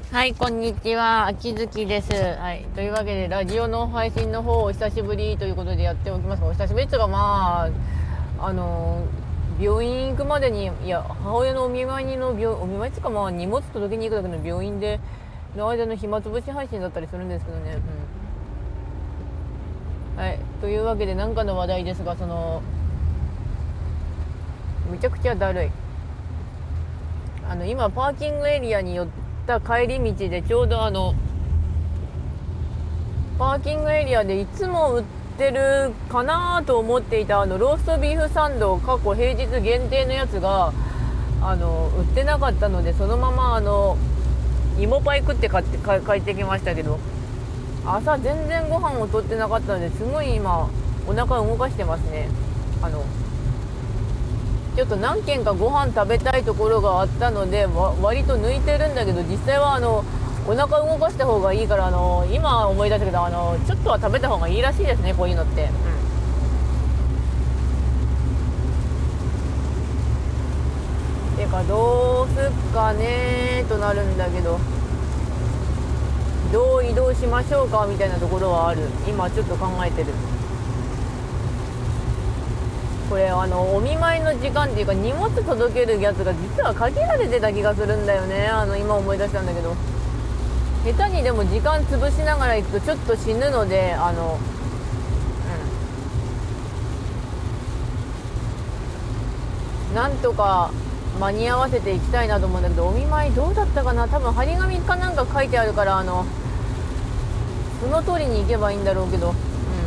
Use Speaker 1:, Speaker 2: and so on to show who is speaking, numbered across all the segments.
Speaker 1: はい、こんにちは。秋月です。はい。というわけで、ラジオの配信の方、お久しぶりということでやっておきますが、お久しぶりというか、病院行くまでに、母親のお見舞いのお見舞いっていうか、荷物届けに行くだけの病院で、の間の暇つぶし配信だったりするんですけどね。はい。というわけで、なんかの話題ですが、むちゃくちゃだるい。今、パーキングエリアに寄った帰り道で、ちょうどパーキングエリアでいつも売ってるかなと思っていたローストビーフサンド過去平日限定のやつが売ってなかったので、そのまま芋パイ食って帰ってきましたけど、朝全然ご飯をとってなかったので、すごい今お腹動かしてますね。ちょっと何軒かご飯食べたいところがあったので割と抜いてるんだけど、実際はお腹動かした方がいいから、今思い出したけど、ちょっとは食べた方がいいらしいですね、こういうのって。てかどうすっかねーとなるんだけど、どう移動しましょうかみたいなところはある。今ちょっと考えてる。これお見舞いの時間っていうか、荷物届けるやつが実は限られてた気がするんだよね。今思い出したんだけど、下手にでも時間潰しながら行くとちょっと死ぬので、なんとか間に合わせていきたいなと思うんだけど、お見舞いどうだったかな。多分張り紙かなんか書いてあるから、その通りに行けばいいんだろうけど、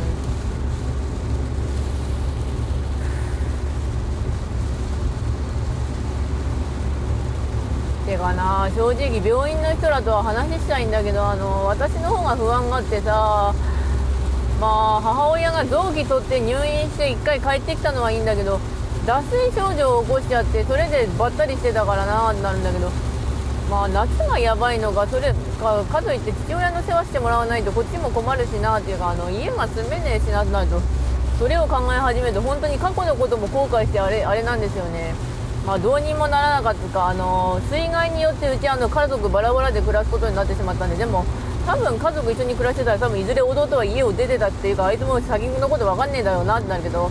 Speaker 1: てかな、正直病院の人らとは話したいんだけど、私の方が不安があってさ、母親が臓器取って入院して1回帰ってきたのはいいんだけど、脱水症状を起こしちゃって、それでばったりしてたからなってなるんだけど、夏がやばいのか、それかといって父親の世話してもらわないとこっちも困るしなっていうか、家が住めねえしなってなると、それを考え始めると本当に過去のことも後悔して、あれなんですよね。どうにもならなかったか、水害によってうち家族バラバラで暮らすことになってしまったんで、でも多分家族一緒に暮らしてたら、多分いずれ弟は家を出てたっていうか、あいつも先のこと分かんねえだろうなってなるけど、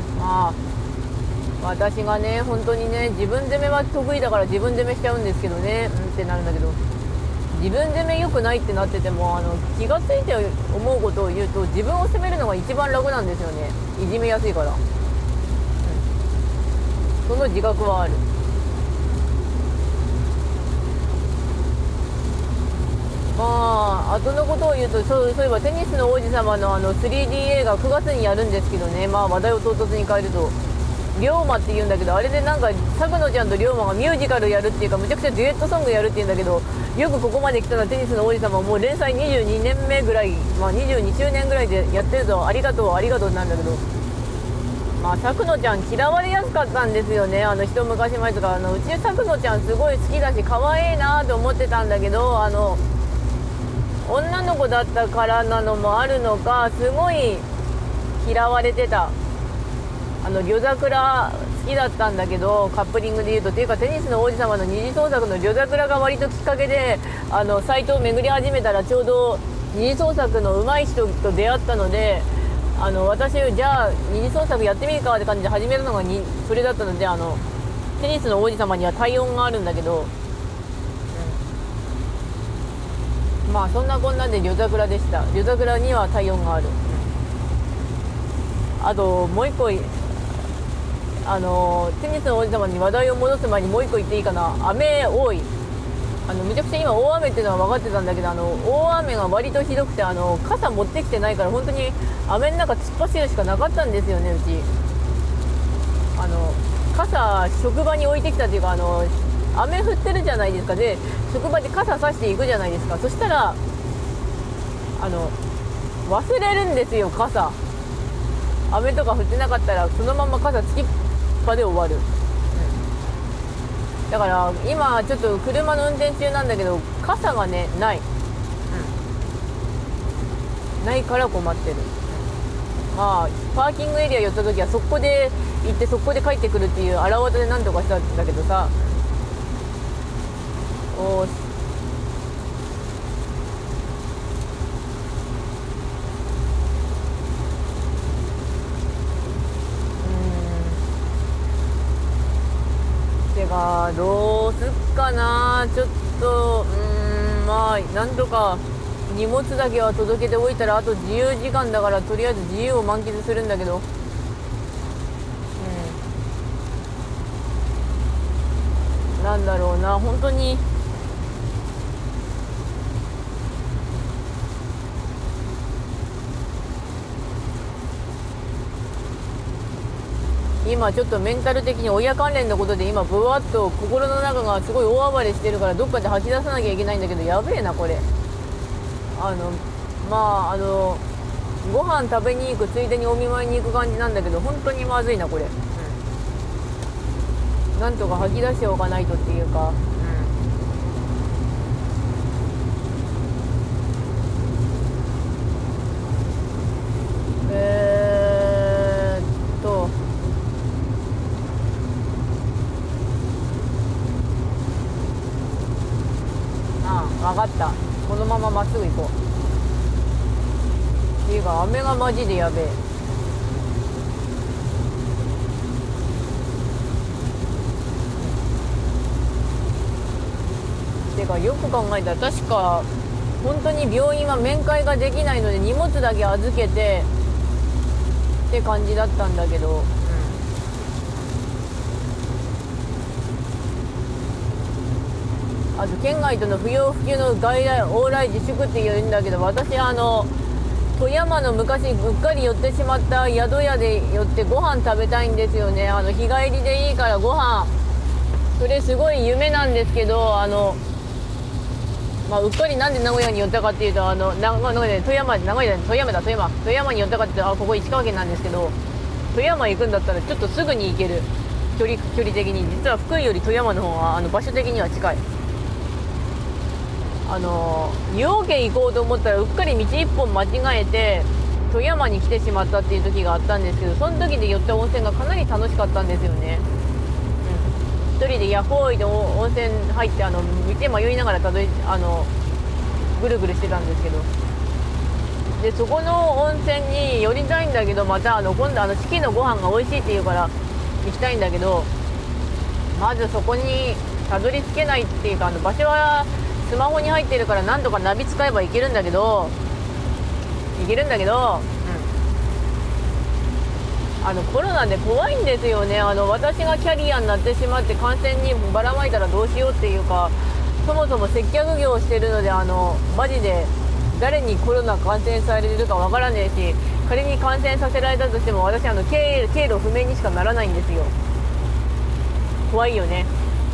Speaker 1: 私がね、本当にね、自分攻めは得意だから自分攻めしちゃうんですけどね、ってなるんだけど、自分攻め良くないってなってても、気がついて思うことを言うと、自分を責めるのが一番楽なんですよね。いじめやすいから、その自覚はある。後のことを言うと、そういえばテニスの王子様の3D 映画9月にやるんですけどね、話題を唐突に変えると、龍馬って言うんだけど、あれでなんか作野ちゃんと龍馬がミュージカルやるっていうか、むちゃくちゃデュエットソングやるって言うんだけど、よくここまで来たのはテニスの王子様、もう連載22年目ぐらい、22周年ぐらいでやってると、ありがとうありがとうなんだけど、作野ちゃん嫌われやすかったんですよね。一昔前とか、うち作野ちゃんすごい好きだし可愛いなと思ってたんだけど、女の子だったからなのもあるのか、すごい嫌われてた。夜桜好きだったんだけど、カップリングで言うと、っていうかテニスの王子様の二次創作の夜桜が割ときっかけでサイトを巡り始めたら、ちょうど二次創作の上手い人と出会ったので、私じゃあ二次創作やってみるかって感じで始めたのがそれだったので、テニスの王子様には体温があるんだけど、そんなこんなで夜桜でした。夜桜には体温がある。あともう一個、テニスの王子様に話題を戻す前にもう一個言っていいかな。雨多い。めちゃくちゃ今大雨っていうのは分かってたんだけど、大雨が割とひどくて、傘持ってきてないから、本当に雨の中突っ走るしかなかったんですよね、うち。傘職場に置いてきたっていうか、雨降ってるじゃないですか。で職場で傘さしていくじゃないですか。そしたら忘れるんですよ、傘。雨とか降ってなかったらそのまま傘つきっぱで終わる、だから今ちょっと車の運転中なんだけど、傘がねない、ないから困ってる。パーキングエリア寄った時はそこで行ってそこで帰ってくるっていう荒技でなんとかしたんだけどさ、 かな、ちょっとまあなんとか荷物だけは届けておいたら、あと自由時間だからとりあえず自由を満喫するんだけど、なんだろうな、本当に今ちょっとメンタル的に親関連のことで今ブワッと心の中がすごい大暴れしてるから、どっかで吐き出さなきゃいけないんだけど、やべえなこれ。ご飯食べに行くついでにお見舞いに行く感じなんだけど、本当にまずいなこれ、なんとか吐き出しておかないとっていうか、分かった、このまままっすぐ行こう。っていうか雨がマジでやべえ。てかよく考えたら確か本当に病院は面会ができないので荷物だけ預けてって感じだったんだけど、あと県外との不要不急の外来往来自粛って言うんだけど、私富山の昔うっかり寄ってしまった宿屋で寄ってご飯食べたいんですよね。日帰りでいいからご飯、それすごい夢なんですけど、うっかりなんで名古屋に寄ったかっていうと、富山に寄ったかっていうと、ここ石川県なんですけど、富山行くんだったらちょっとすぐに行ける距離的に、実は福井より富山の方が場所的には近い。湯桶行こうと思ったらうっかり道一本間違えて富山に来てしまったっていう時があったんですけど、その時で寄った温泉がかなり楽しかったんですよね。一人でヤッホーイで温泉入って道迷いながらぐるぐるしてたんですけど、でそこの温泉に寄りたいんだけど、また今度四季のご飯が美味しいっていうから行きたいんだけど、まずそこにたどり着けないっていうか、場所はスマホに入ってるからなんとかナビ使えば行けるんだけど、コロナで怖いんですよね。私がキャリアになってしまって感染にばらまいたらどうしようっていうか、そもそも接客業をしてるのでマジで誰にコロナ感染されるかわからねえし、仮に感染させられたとしても私経路不明にしかならないんですよ。怖いよね。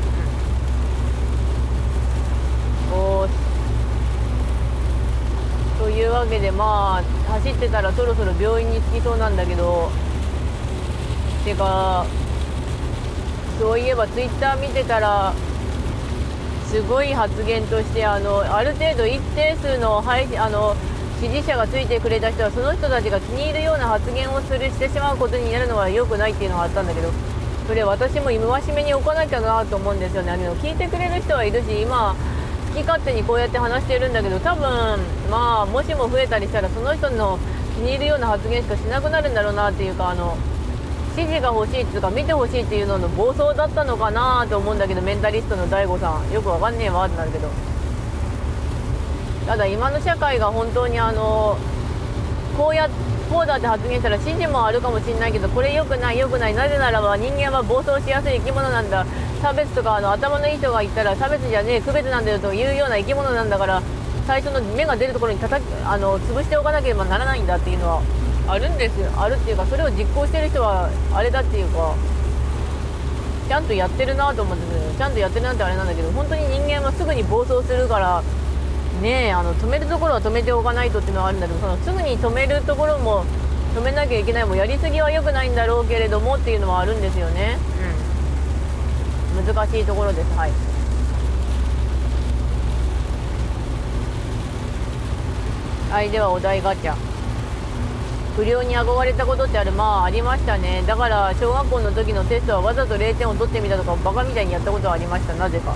Speaker 1: というわけで走ってたらそろそろ病院に着きそうなんだけど、てかそういえばツイッター見てたらすごい発言として、ある程度一定数の支持者がついてくれた人はその人たちが気に入るような発言をしてしまうことになるのは良くないっていうのがあったんだけど、それ私も戒めに置かなきゃなと思うんですよね。聞いてくれる人はいるし、今好き勝手にこうやって話してるんだけど、多分もしも増えたりしたらその人の気に入るような発言しかしなくなるんだろうなっていうか、支持が欲しいっていうか見てほしいっていうのの暴走だったのかなと思うんだけど、メンタリストの大悟さんよくわかんねえわってなるけど、ただ今の社会が本当にこうだって発言したら支持もあるかもしれないけど、これ良くない、なぜならば人間は暴走しやすい生き物なんだ、差別とか頭のいい人が言ったら差別じゃねえ区別なんだよというような生き物なんだから、最初の芽が出るところに潰しておかなければならないんだっていうのはあるんですよ。あるっていうか、それを実行してる人はあれだっていうか、ちゃんとやってるなと思って、ちゃんとやってるなんてあれなんだけど、本当に人間はすぐに暴走するからね、止めるところは止めておかないとっていうのはあるんだけど、すぐに止めるところも止めなきゃいけない、もうやりすぎは良くないんだろうけれどもっていうのはあるんですよね。難しいところです。はい。はい、ではお題ガチャ。不良に憧れたことってありましたね。だから小学校の時のテストはわざと0点を取ってみたとかバカみたいにやったことはありました。なぜか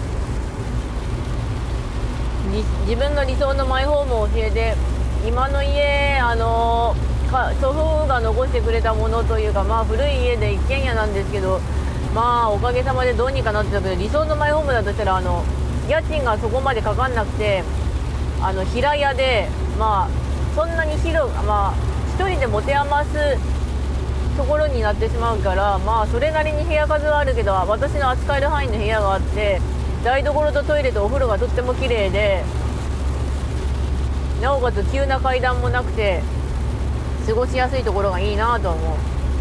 Speaker 1: 自分の理想のマイホームを教えて、今の家祖父が残してくれたものというか、古い家で一軒家なんですけど、 まあおかげさまでどうにかなってたけど、理想のマイホームだとしたら家賃がそこまでかかんなくて平屋で、まあそんなにまあ一人で持て余すところになってしまうから、まあそれなりに部屋数はあるけど、私の扱える範囲の部屋があって、台所とトイレとお風呂がとっても綺麗で、なおかつ急な階段もなくて過ごしやすいところがいいなと思う。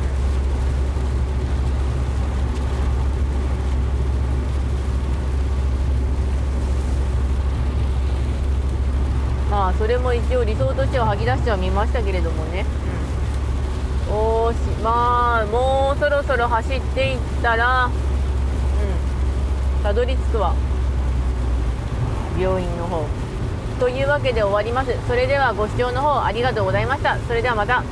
Speaker 1: まあそれも一応理想としては吐き出してはみましたけれどもね、おーし、まあもうそろそろ走っていったらたどり着くわ、病院の方というわけで終わります。それではご視聴の方ありがとうございました。それではまた。